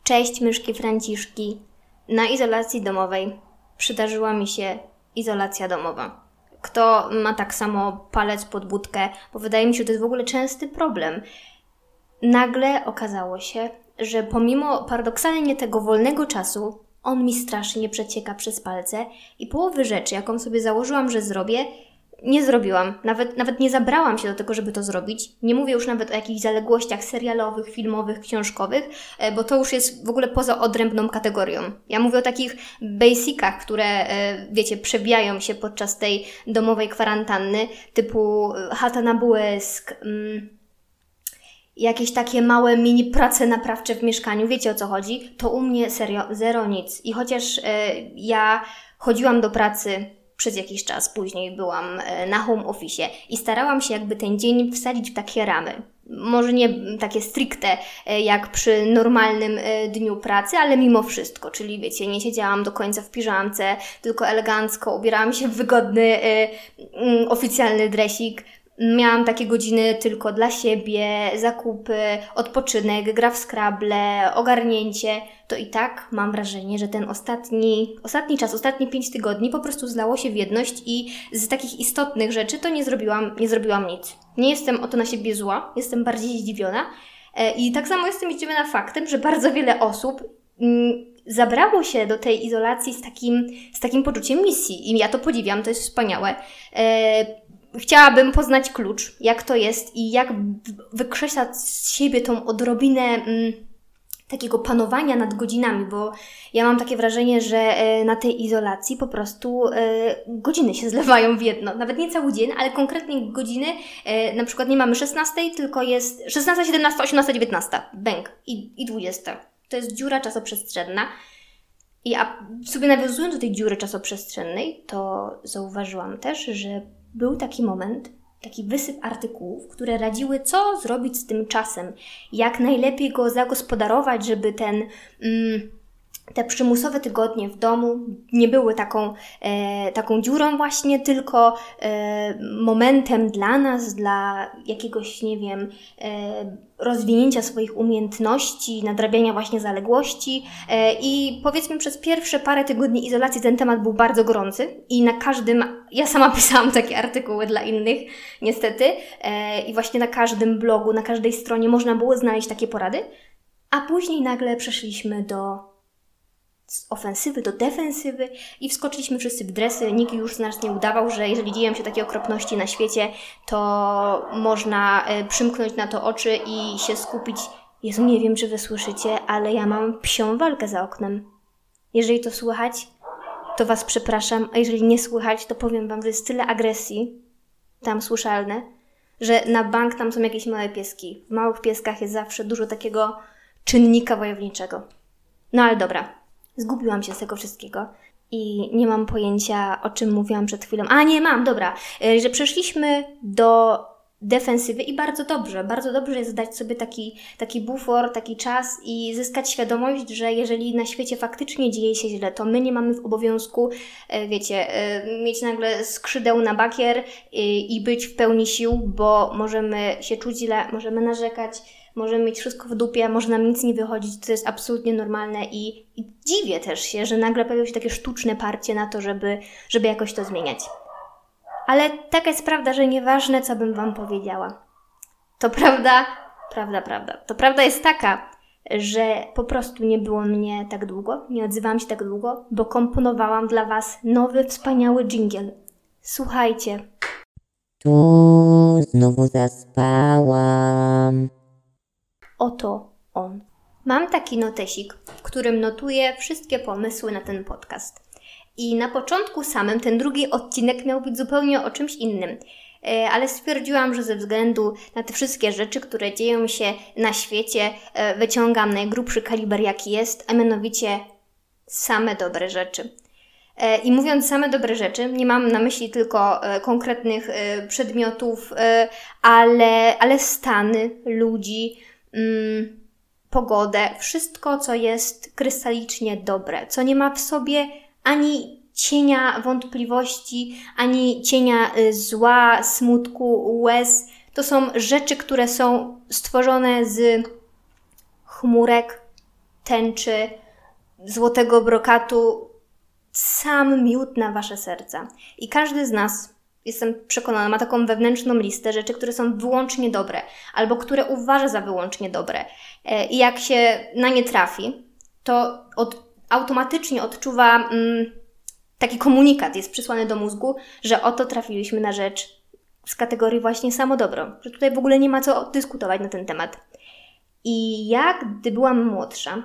Cześć myszki Franciszki. Na izolacji domowej przydarzyła mi się izolacja domowa. Kto ma tak samo palec pod budkę, bo wydaje mi się, że to jest w ogóle częsty problem. Nagle okazało się, że pomimo paradoksalnie tego wolnego czasu, on mi strasznie przecieka przez palce i połowy rzeczy, jaką sobie założyłam, że zrobię, nie zrobiłam. Nawet nie zabrałam się do tego, żeby to zrobić. Nie mówię już nawet o jakichś zaległościach serialowych, filmowych, książkowych, bo to już jest w ogóle poza odrębną kategorią. Ja mówię o takich basicach, które, wiecie, przebijają się podczas tej domowej kwarantanny, typu chata na błysk, jakieś takie małe mini prace naprawcze w mieszkaniu, wiecie o co chodzi? To u mnie serio zero nic. I chociaż ja chodziłam do pracy przez jakiś czas, później byłam na home office i starałam się jakby ten dzień wsadzić w takie ramy. Może nie takie stricte jak przy normalnym dniu pracy, ale mimo wszystko, czyli wiecie, nie siedziałam do końca w piżamce, tylko elegancko ubierałam się w wygodny, oficjalny dresik. Miałam takie godziny tylko dla siebie, zakupy, odpoczynek, gra w Scrabble, ogarnięcie. To i tak mam wrażenie, że ten ostatni czas, ostatnie 5 tygodni po prostu zlało się w jedność i z takich istotnych rzeczy to nie zrobiłam nic. Nie jestem o to na siebie zła, jestem bardziej zdziwiona. I tak samo jestem zdziwiona faktem, że bardzo wiele osób zabrało się do tej izolacji z takim poczuciem misji. I ja to podziwiam, to jest wspaniałe. Chciałabym poznać klucz, jak to jest i jak wykrzesać z siebie tą odrobinę takiego panowania nad godzinami, bo ja mam takie wrażenie, że na tej izolacji po prostu godziny się zlewają w jedno. Nawet nie cały dzień, ale konkretnie godziny. Na przykład nie mamy 16, tylko jest 16, 17, 18, 19. Bęk. I 20. To jest dziura czasoprzestrzenna. I sobie nawiązując do tej dziury czasoprzestrzennej, to zauważyłam też, że był taki moment, taki wysyp artykułów, które radziły, co zrobić z tym czasem, jak najlepiej go zagospodarować, żeby te przymusowe tygodnie w domu nie były taką dziurą właśnie, tylko momentem dla nas, dla jakiegoś, nie wiem, rozwinięcia swoich umiejętności, nadrabiania właśnie zaległości i powiedzmy przez pierwsze parę tygodni izolacji ten temat był bardzo gorący i na każdym, ja sama pisałam takie artykuły dla innych niestety i właśnie na każdym blogu, na każdej stronie można było znaleźć takie porady, a później nagle przeszliśmy z ofensywy do defensywy i wskoczyliśmy wszyscy w dresy. Nikt już z nas nie udawał, że jeżeli dzieją się takie okropności na świecie, to można przymknąć na to oczy i się skupić. Jezu, nie wiem, czy wy słyszycie, ale ja mam psią walkę za oknem. Jeżeli to słychać, to was przepraszam, a jeżeli nie słychać, to powiem wam, że jest tyle agresji tam słyszalne, że na bank tam są jakieś małe pieski. W małych pieskach jest zawsze dużo takiego czynnika wojowniczego. No ale dobra. Zgubiłam się z tego wszystkiego i nie mam pojęcia, o czym mówiłam przed chwilą. Dobra, że przeszliśmy do defensywy i bardzo dobrze jest dać sobie taki bufor, taki czas i zyskać świadomość, że jeżeli na świecie faktycznie dzieje się źle, to my nie mamy w obowiązku, wiecie, mieć nagle skrzydeł na bakier i być w pełni sił, bo możemy się czuć źle, możemy narzekać, możemy mieć wszystko w dupie, może nam nic nie wychodzić, to jest absolutnie normalne i dziwię też się, że nagle pojawiło się takie sztuczne parcie na to, żeby jakoś to zmieniać. Ale taka jest prawda, że nieważne, co bym wam powiedziała. To prawda. To prawda jest taka, że po prostu nie było mnie tak długo, nie odzywałam się tak długo, bo komponowałam dla was nowy, wspaniały dżingiel. Słuchajcie. Tu znowu zaspałam. Oto on. Mam taki notesik, w którym notuję wszystkie pomysły na ten podcast. I na początku samym ten drugi odcinek miał być zupełnie o czymś innym. Ale stwierdziłam, że ze względu na te wszystkie rzeczy, które dzieją się na świecie, wyciągam najgrubszy kaliber jaki jest, a mianowicie same dobre rzeczy. I mówiąc same dobre rzeczy, nie mam na myśli tylko konkretnych przedmiotów, ale stany, ludzi, pogodę, wszystko, co jest krystalicznie dobre, co nie ma w sobie ani cienia wątpliwości, ani cienia zła, smutku, łez. To są rzeczy, które są stworzone z chmurek, tęczy, złotego brokatu, sam miód na wasze serca. I każdy z nas, jestem przekonana, ma taką wewnętrzną listę rzeczy, które są wyłącznie dobre, albo które uważa za wyłącznie dobre. I jak się na nie trafi, to automatycznie odczuwa taki komunikat, jest przysłany do mózgu, że oto trafiliśmy na rzecz z kategorii właśnie samo dobro, że tutaj w ogóle nie ma co dyskutować na ten temat. I ja, gdy byłam młodsza,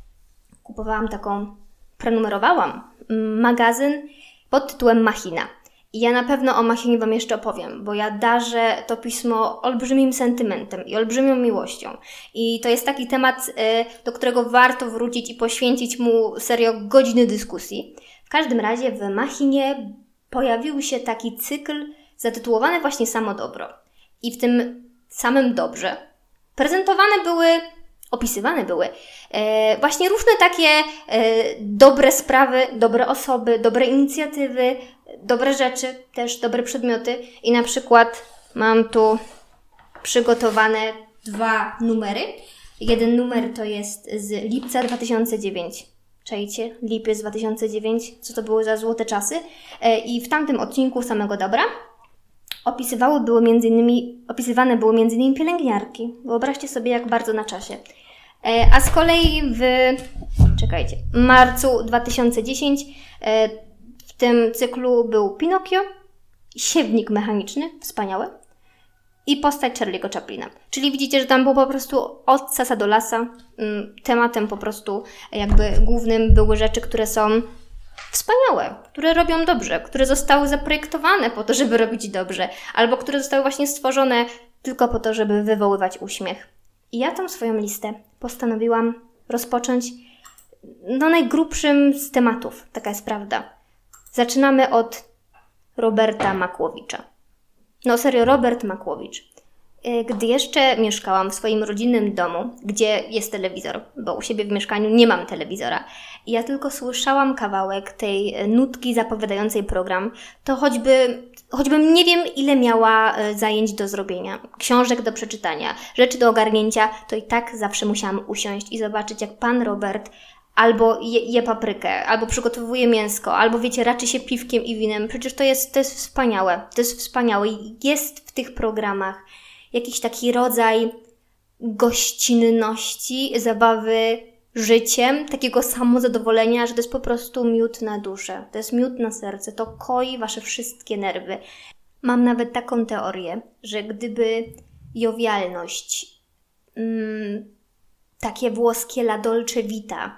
prenumerowałam magazyn pod tytułem Machina. I ja na pewno o Machinie Wam jeszcze opowiem, bo ja darzę to pismo olbrzymim sentymentem i olbrzymią miłością. I to jest taki temat, do którego warto wrócić i poświęcić mu serio godziny dyskusji. W każdym razie w Machinie pojawił się taki cykl zatytułowany właśnie Samo Dobro. I w tym samym dobrze opisywane były właśnie różne takie dobre sprawy, dobre osoby, dobre inicjatywy, dobre rzeczy, też dobre przedmioty. I na przykład mam tu przygotowane 2 numery. Jeden numer to jest z lipca 2009. Czajcie? Lipiec 2009. Co to były za złote czasy? I w tamtym odcinku Samego Dobra opisywane były m.in. pielęgniarki. Wyobraźcie sobie, jak bardzo na czasie. A z kolei w marcu 2010 w tym cyklu był Pinokio, siewnik mechaniczny, wspaniałe, i postać Charlie'ego Chaplina. Czyli widzicie, że tam było po prostu od sasa do lasa. Tematem po prostu jakby głównym były rzeczy, które są wspaniałe, które robią dobrze, które zostały zaprojektowane po to, żeby robić dobrze, albo które zostały właśnie stworzone tylko po to, żeby wywoływać uśmiech. I ja tą swoją listę postanowiłam rozpocząć najgrubszym z tematów, taka jest prawda. Zaczynamy od Roberta Makłowicza. No serio, Robert Makłowicz. Gdy jeszcze mieszkałam w swoim rodzinnym domu, gdzie jest telewizor, bo u siebie w mieszkaniu nie mam telewizora, i ja tylko słyszałam kawałek tej nutki zapowiadającej program, to choćbym nie wiem ile miała zajęć do zrobienia, książek do przeczytania, rzeczy do ogarnięcia, to i tak zawsze musiałam usiąść i zobaczyć, jak pan Robert albo je paprykę, albo przygotowuje mięsko, albo wiecie, raczy się piwkiem i winem. Przecież to jest wspaniałe. To jest wspaniałe. Jest w tych programach jakiś taki rodzaj gościnności, zabawy życiem, takiego samozadowolenia, że to jest po prostu miód na duszę. To jest miód na serce. To koi wasze wszystkie nerwy. Mam nawet taką teorię, że gdyby jowialność, takie włoskie la dolce vita,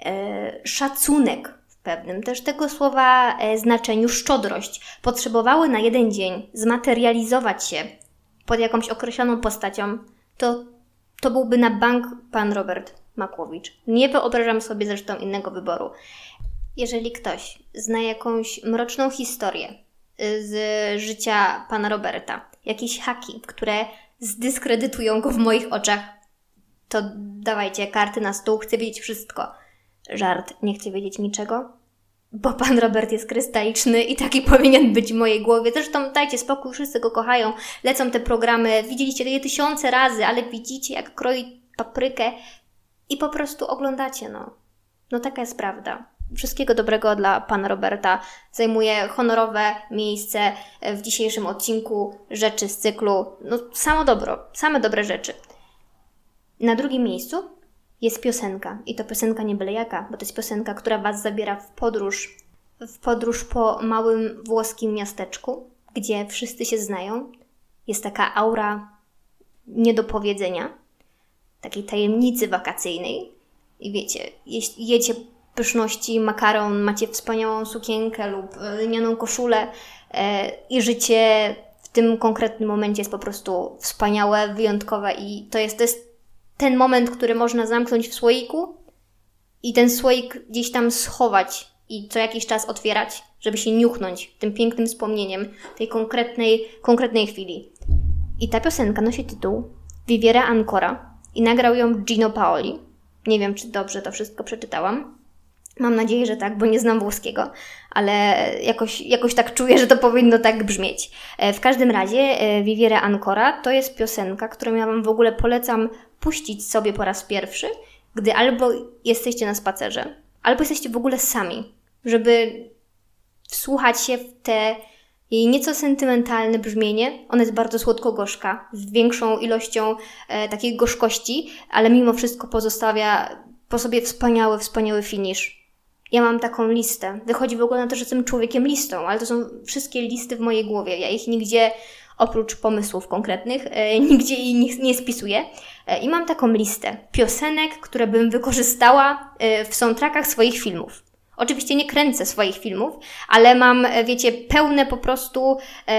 szacunek w pewnym też tego słowa znaczeniu, szczodrość, potrzebowały na jeden dzień zmaterializować się pod jakąś określoną postacią, to byłby na bank pan Robert Makłowicz. Nie wyobrażam sobie zresztą innego wyboru. Jeżeli ktoś zna jakąś mroczną historię z życia pana Roberta, jakieś haki, które zdyskredytują go w moich oczach, to dawajcie karty na stół, chcę wiedzieć wszystko. Żart, nie chcę wiedzieć niczego, bo pan Robert jest krystaliczny i taki powinien być w mojej głowie. Zresztą dajcie spokój, wszyscy go kochają, lecą te programy, widzieliście je 1000 razy, ale widzicie, jak kroi paprykę i po prostu oglądacie, No taka jest prawda. Wszystkiego dobrego dla pana Roberta. Zajmuje honorowe miejsce w dzisiejszym odcinku rzeczy z cyklu. Samo dobro, same dobre rzeczy. Na drugim miejscu jest piosenka. I to piosenka nie byle jaka, bo to jest piosenka, która was zabiera w podróż po małym włoskim miasteczku, gdzie wszyscy się znają. Jest taka aura niedopowiedzenia, takiej tajemnicy wakacyjnej. I wiecie, jecie pyszności, makaron, macie wspaniałą sukienkę lub lnianą koszulę i życie w tym konkretnym momencie jest po prostu wspaniałe, wyjątkowe i to jest ten moment, który można zamknąć w słoiku i ten słoik gdzieś tam schować i co jakiś czas otwierać, żeby się niuchnąć tym pięknym wspomnieniem tej konkretnej chwili. I ta piosenka nosi tytuł Vivere Ancora i nagrał ją Gino Paoli. Nie wiem, czy dobrze to wszystko przeczytałam. Mam nadzieję, że tak, bo nie znam włoskiego, ale jakoś tak czuję, że to powinno tak brzmieć. W każdym razie Vivere Ancora to jest piosenka, którą ja wam w ogóle polecam puścić sobie po raz pierwszy gdy albo jesteście na spacerze, albo jesteście w ogóle sami, żeby wsłuchać się w te jej nieco sentymentalne brzmienie. Ona jest bardzo słodko-gorzka, z większą ilością takiej gorzkości, ale mimo wszystko pozostawia po sobie wspaniały finish. Ja mam taką listę. Wychodzi w ogóle na to, że jestem człowiekiem listą, ale to są wszystkie listy w mojej głowie. Ja ich nigdzie, oprócz pomysłów konkretnych, nigdzie ich nie spisuję. I mam taką listę piosenek, które bym wykorzystała w soundtrackach swoich filmów. Oczywiście nie kręcę swoich filmów, ale mam, wiecie, pełne po prostu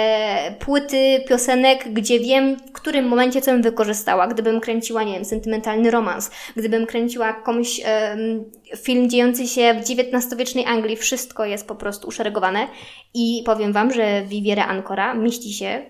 płyty piosenek, gdzie wiem, w którym momencie co bym wykorzystała. Gdybym kręciła, nie wiem, sentymentalny romans, gdybym kręciła jakąś film dziejący się w XIX-wiecznej Anglii, wszystko jest po prostu uszeregowane. I powiem Wam, że Viviera Ancora mieści się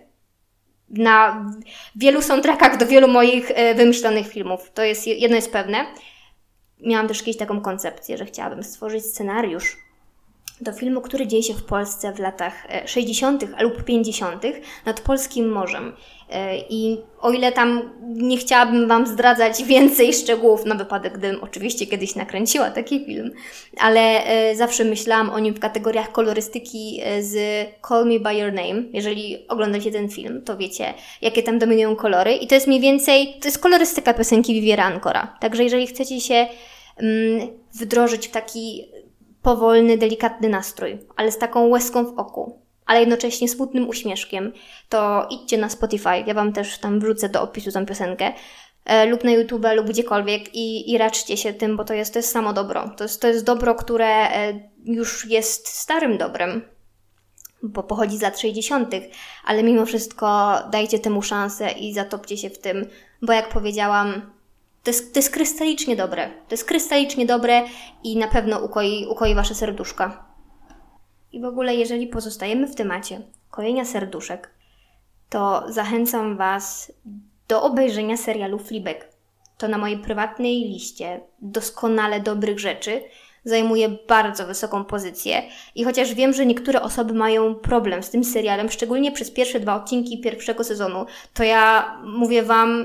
na wielu soundtrackach do wielu moich wymyślonych filmów. To jest, jedno jest pewne. Miałam też kiedyś taką koncepcję, że chciałabym stworzyć scenariusz do filmu, który dzieje się w Polsce w latach 60. lub 50. nad polskim morzem. I o ile tam nie chciałabym Wam zdradzać więcej szczegółów, na wypadek, gdybym oczywiście kiedyś nakręciła taki film, ale zawsze myślałam o nim w kategoriach kolorystyki z Call Me By Your Name. Jeżeli oglądacie ten film, to wiecie, jakie tam dominują kolory. I to jest mniej więcej, to jest kolorystyka piosenki Viviera Ancora. Także jeżeli chcecie się wdrożyć w taki powolny, delikatny nastrój, ale z taką łezką w oku, ale jednocześnie smutnym uśmieszkiem, to idźcie na Spotify, ja Wam też tam wrzucę do opisu tą piosenkę, lub na YouTube, lub gdziekolwiek i raczcie się tym, bo to jest samo dobro. To jest dobro, które już jest starym dobrem, bo pochodzi z lat 60., ale mimo wszystko dajcie temu szansę i zatopcie się w tym, bo jak powiedziałam, to jest krystalicznie dobre. To jest krystalicznie dobre i na pewno ukoi Wasze serduszka. I w ogóle, jeżeli pozostajemy w temacie kojenia serduszek, to zachęcam Was do obejrzenia serialu Fleabag. To na mojej prywatnej liście doskonale dobrych rzeczy zajmuje bardzo wysoką pozycję. I chociaż wiem, że niektóre osoby mają problem z tym serialem, szczególnie przez pierwsze 2 odcinki pierwszego sezonu, to ja mówię Wam,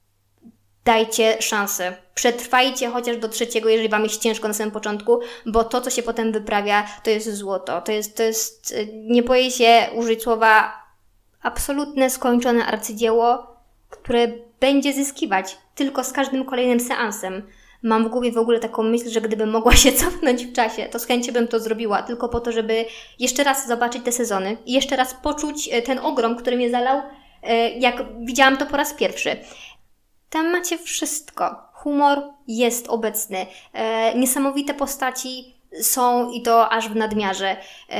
dajcie szansę. Przetrwajcie chociaż do 3, jeżeli Wam jest ciężko na samym początku, bo to, co się potem wyprawia, to jest złoto. To jest nie boję się użyć słowa, absolutne, skończone arcydzieło, które będzie zyskiwać tylko z każdym kolejnym seansem. Mam w głowie w ogóle taką myśl, że gdybym mogła się cofnąć w czasie, to z chęcią bym to zrobiła, tylko po to, żeby jeszcze raz zobaczyć te sezony i jeszcze raz poczuć ten ogrom, który mnie zalał, jak widziałam to po raz pierwszy. Tam macie wszystko. Humor jest obecny. Niesamowite postaci są i to aż w nadmiarze.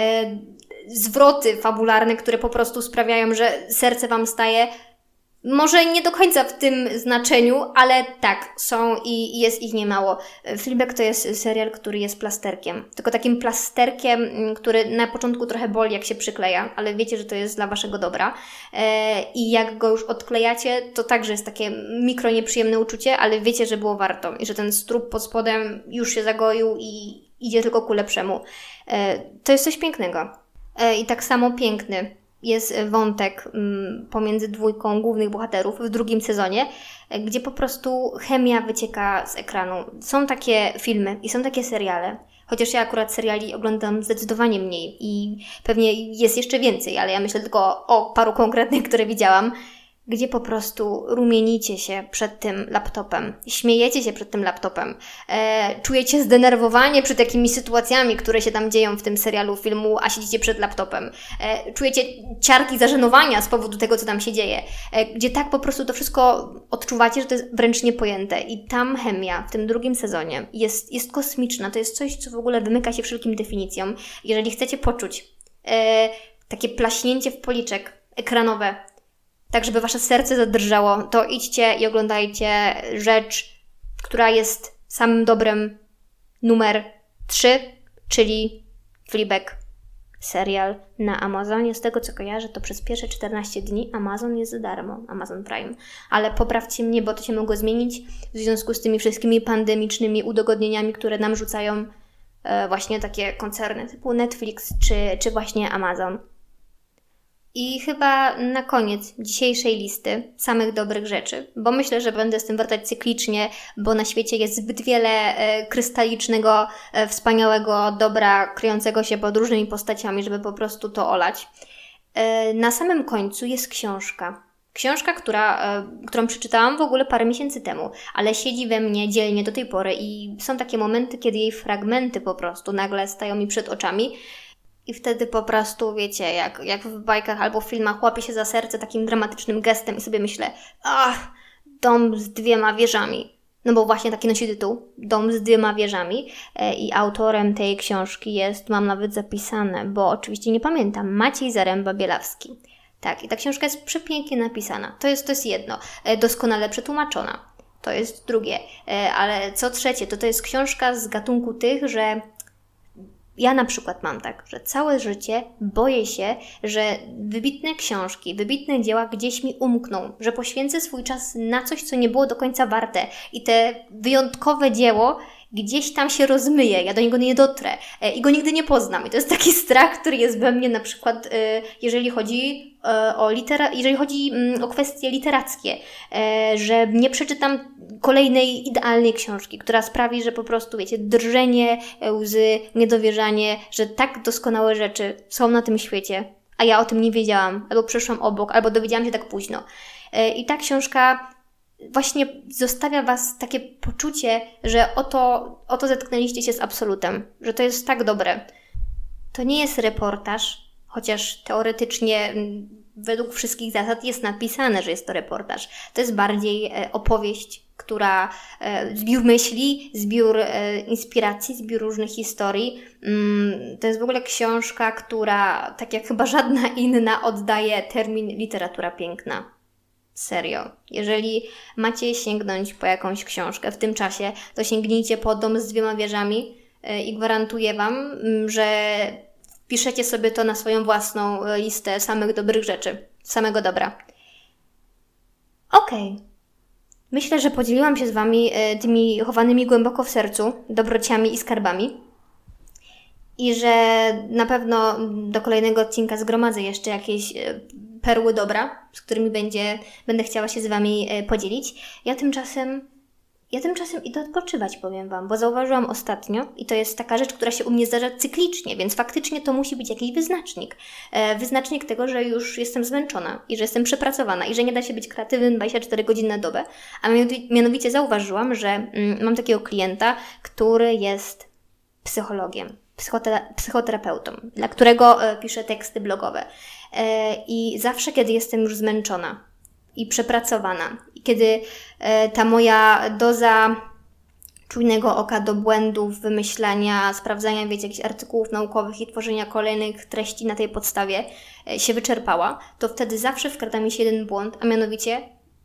Zwroty fabularne, które po prostu sprawiają, że serce Wam staje. Może nie do końca w tym znaczeniu, ale tak, są i jest ich niemało. Fleabag to jest serial, który jest plasterkiem. Tylko takim plasterkiem, który na początku trochę boli, jak się przykleja, ale wiecie, że to jest dla Waszego dobra. I jak go już odklejacie, to także jest takie mikro nieprzyjemne uczucie, ale wiecie, że było warto i że ten strób pod spodem już się zagoił i idzie tylko ku lepszemu. To jest coś pięknego. I tak samo piękny jest wątek pomiędzy 2 głównych bohaterów w 2 sezonie, gdzie po prostu chemia wycieka z ekranu. Są takie filmy i są takie seriale, chociaż ja akurat seriali oglądam zdecydowanie mniej i pewnie jest jeszcze więcej, ale ja myślę tylko o paru konkretnych, które widziałam, gdzie po prostu rumienicie się przed tym laptopem, śmiejecie się przed tym laptopem, czujecie zdenerwowanie przed jakimiś sytuacjami, które się tam dzieją w tym serialu, filmu, a siedzicie przed laptopem. Czujecie ciarki zażenowania z powodu tego, co tam się dzieje, gdzie tak po prostu to wszystko odczuwacie, że to jest wręcz niepojęte. I tam chemia w tym 2 sezonie jest kosmiczna. To jest coś, co w ogóle wymyka się wszelkim definicjom. Jeżeli chcecie poczuć takie plaśnięcie w policzek ekranowe, tak żeby Wasze serce zadrżało, to idźcie i oglądajcie rzecz, która jest samym dobrem numer 3, czyli Fleabag. Serial na Amazonie. Z tego, co kojarzę, to przez pierwsze 14 dni Amazon jest za darmo, Amazon Prime. Ale poprawcie mnie, bo to się mogło zmienić w związku z tymi wszystkimi pandemicznymi udogodnieniami, które nam rzucają właśnie takie koncerny typu Netflix czy właśnie Amazon. I chyba na koniec dzisiejszej listy samych dobrych rzeczy, bo myślę, że będę z tym wracać cyklicznie, bo na świecie jest zbyt wiele krystalicznego, wspaniałego dobra, kryjącego się pod różnymi postaciami, żeby po prostu to olać. Na samym końcu jest książka. Książka, którą przeczytałam w ogóle parę miesięcy temu, ale siedzi we mnie dzielnie do tej pory i są takie momenty, kiedy jej fragmenty po prostu nagle stają mi przed oczami i wtedy po prostu, wiecie, jak w bajkach albo w filmach łapie się za serce takim dramatycznym gestem i sobie myślę, dom z 2 wieżami. No bo właśnie taki nosi tytuł, Dom z 2 wieżami i autorem tej książki jest, mam nawet zapisane, bo oczywiście nie pamiętam, Maciej Zaręba-Bielawski. Tak, i ta książka jest przepięknie napisana. To jest jedno. Doskonale przetłumaczona. To jest drugie. Ale co trzecie, to jest książka z gatunku tych, że ja na przykład mam tak, że całe życie boję się, że wybitne książki, wybitne dzieła gdzieś mi umkną, że poświęcę swój czas na coś, co nie było do końca warte i te wyjątkowe dzieło gdzieś tam się rozmyje, ja do niego nie dotrę i go nigdy nie poznam. I to jest taki strach, który jest we mnie na przykład, jeżeli chodzi o kwestie literackie, że nie przeczytam kolejnej idealnej książki, która sprawi, że po prostu, wiecie, drżenie, łzy, niedowierzanie, że tak doskonałe rzeczy są na tym świecie, a ja o tym nie wiedziałam, albo przeszłam obok, albo dowiedziałam się tak późno. I ta książka właśnie zostawia Was takie poczucie, że oto zetknęliście się z absolutem, że to jest tak dobre. To nie jest reportaż, chociaż teoretycznie według wszystkich zasad jest napisane, że jest to reportaż. To jest bardziej opowieść, która zbiór myśli, zbiór inspiracji, zbiór różnych historii. To jest w ogóle książka, która, tak jak chyba żadna inna, oddaje termin literatura piękna. Serio. Jeżeli macie sięgnąć po jakąś książkę w tym czasie, to sięgnijcie po Dom z 2 wieżami i gwarantuję Wam, że wpiszecie sobie to na swoją własną listę samych dobrych rzeczy. Samego dobra. Okej. Myślę, że podzieliłam się z Wami tymi chowanymi głęboko w sercu dobrociami i skarbami. I że na pewno do kolejnego odcinka zgromadzę jeszcze jakieś perły dobra, z którymi będę chciała się z Wami podzielić. Ja tymczasem idę odpoczywać, powiem Wam, bo zauważyłam ostatnio, i to jest taka rzecz, która się u mnie zdarza cyklicznie, więc faktycznie to musi być jakiś wyznacznik. Wyznacznik tego, że już jestem zmęczona i że jestem przepracowana i że nie da się być kreatywnym 24 godziny na dobę. A mianowicie zauważyłam, że mam takiego klienta, który jest psychologiem, psychoterapeutą, dla którego piszę teksty blogowe. I zawsze, kiedy jestem już zmęczona i przepracowana, i kiedy ta moja doza czujnego oka do błędów, wymyślania, sprawdzania, wiecie, jakichś artykułów naukowych i tworzenia kolejnych treści na tej podstawie się wyczerpała, to wtedy zawsze wkrada mi się jeden błąd, a mianowicie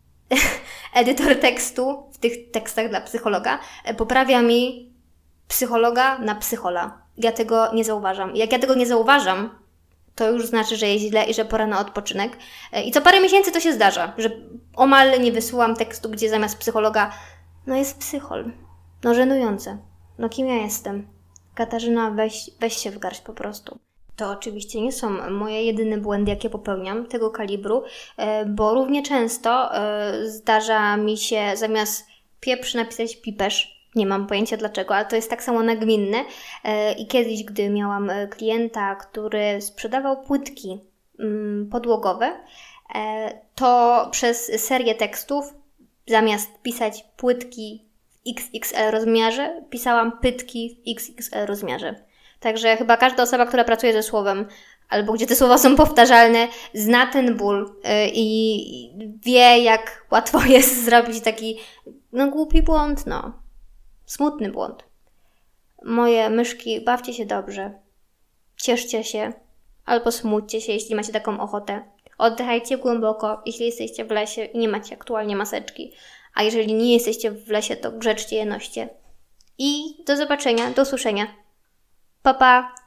edytor tekstu w tych tekstach dla psychologa poprawia mi psychologa na psychola. Ja tego nie zauważam. Jak ja tego nie zauważam, to już znaczy, że jest źle i że pora na odpoczynek. I co parę miesięcy to się zdarza, że omal nie wysyłam tekstu, gdzie zamiast psychologa jest psychol. Żenujące. Kim ja jestem? Katarzyna, weź się w garść po prostu. To oczywiście nie są moje jedyne błędy, jakie popełniam tego kalibru, bo równie często zdarza mi się zamiast pieprz napisać pipesz. Nie mam pojęcia dlaczego, ale to jest tak samo nagminne. I kiedyś, gdy miałam klienta, który sprzedawał płytki podłogowe, to przez serię tekstów zamiast pisać płytki w XXL rozmiarze, pisałam pytki w XXL rozmiarze. Także chyba każda osoba, która pracuje ze słowem, albo gdzie te słowa są powtarzalne, zna ten ból i wie, jak łatwo jest zrobić taki głupi błąd, smutny błąd. Moje myszki, bawcie się dobrze. Cieszcie się albo smućcie się, jeśli macie taką ochotę. Oddychajcie głęboko, jeśli jesteście w lesie i nie macie aktualnie maseczki. A jeżeli nie jesteście w lesie, to grzeczcie je noście. I do zobaczenia, do usłyszenia. Pa, pa!